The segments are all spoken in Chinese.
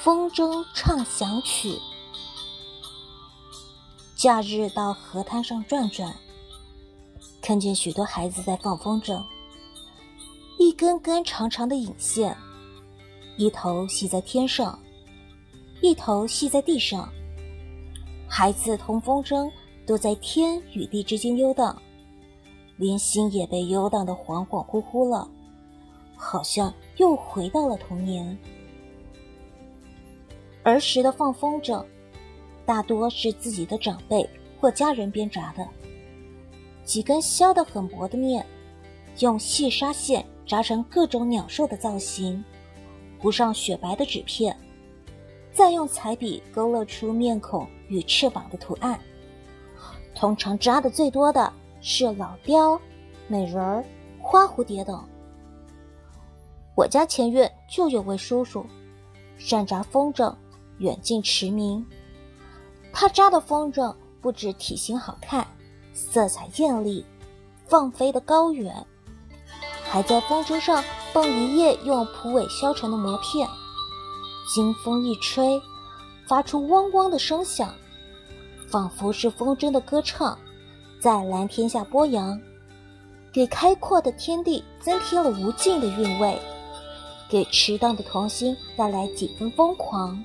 风筝唱响曲。假日到河滩上转转，看见许多孩子在放风筝，一根根长长的引线，一头系在天上，一头系在地上。孩子同风筝都在天与地之间游荡，连心也被游荡得恍恍惚惚了，好像又回到了童年。儿时的放风筝大多是自己的长辈或家人编扎的，几根削得很薄的面，用细纱线扎成各种鸟兽的造型，糊上雪白的纸片，再用彩笔勾勒出面孔与翅膀的图案。通常扎的最多的是老雕、美人儿、花蝴蝶等。我家前院就有位叔叔，善扎风筝，远近驰名。他扎的风筝不止体型好看，色彩艳丽，放飞得高远，还在风筝上蹦一夜用蒲苇削成的膜片，经风一吹，发出汪汪的声响，仿佛是风筝的歌唱，在蓝天下播扬，给开阔的天地增添了无尽的韵味，给迟荡的童心带来几分疯狂。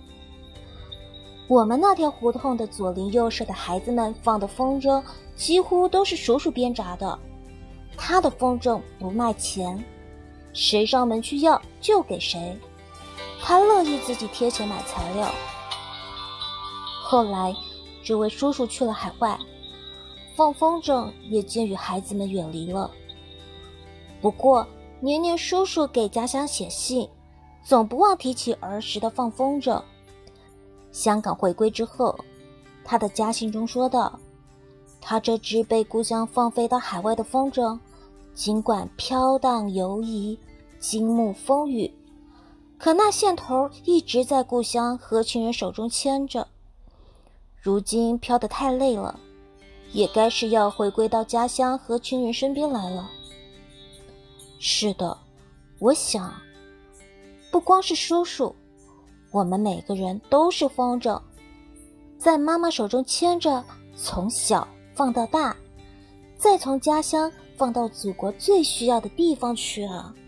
我们那条胡同的左邻右舍的孩子们放的风筝几乎都是叔叔编扎的，他的风筝不卖钱，谁上门去要就给谁，他乐意自己贴钱买材料。后来这位叔叔去了海外，放风筝也渐与孩子们远离了。不过年年叔叔给家乡写信，总不忘提起儿时的放风筝。香港回归之后，他的家信中说道，他这只被故乡放飞到海外的风筝，尽管飘荡游移，经沐风雨，可那线头一直在故乡和亲人手中牵着，如今飘得太累了，也该是要回归到家乡和亲人身边来了。是的，我想不光是叔叔，我们每个人都是风筝，在妈妈手中牵着，从小放到大，再从家乡放到祖国最需要的地方去啊。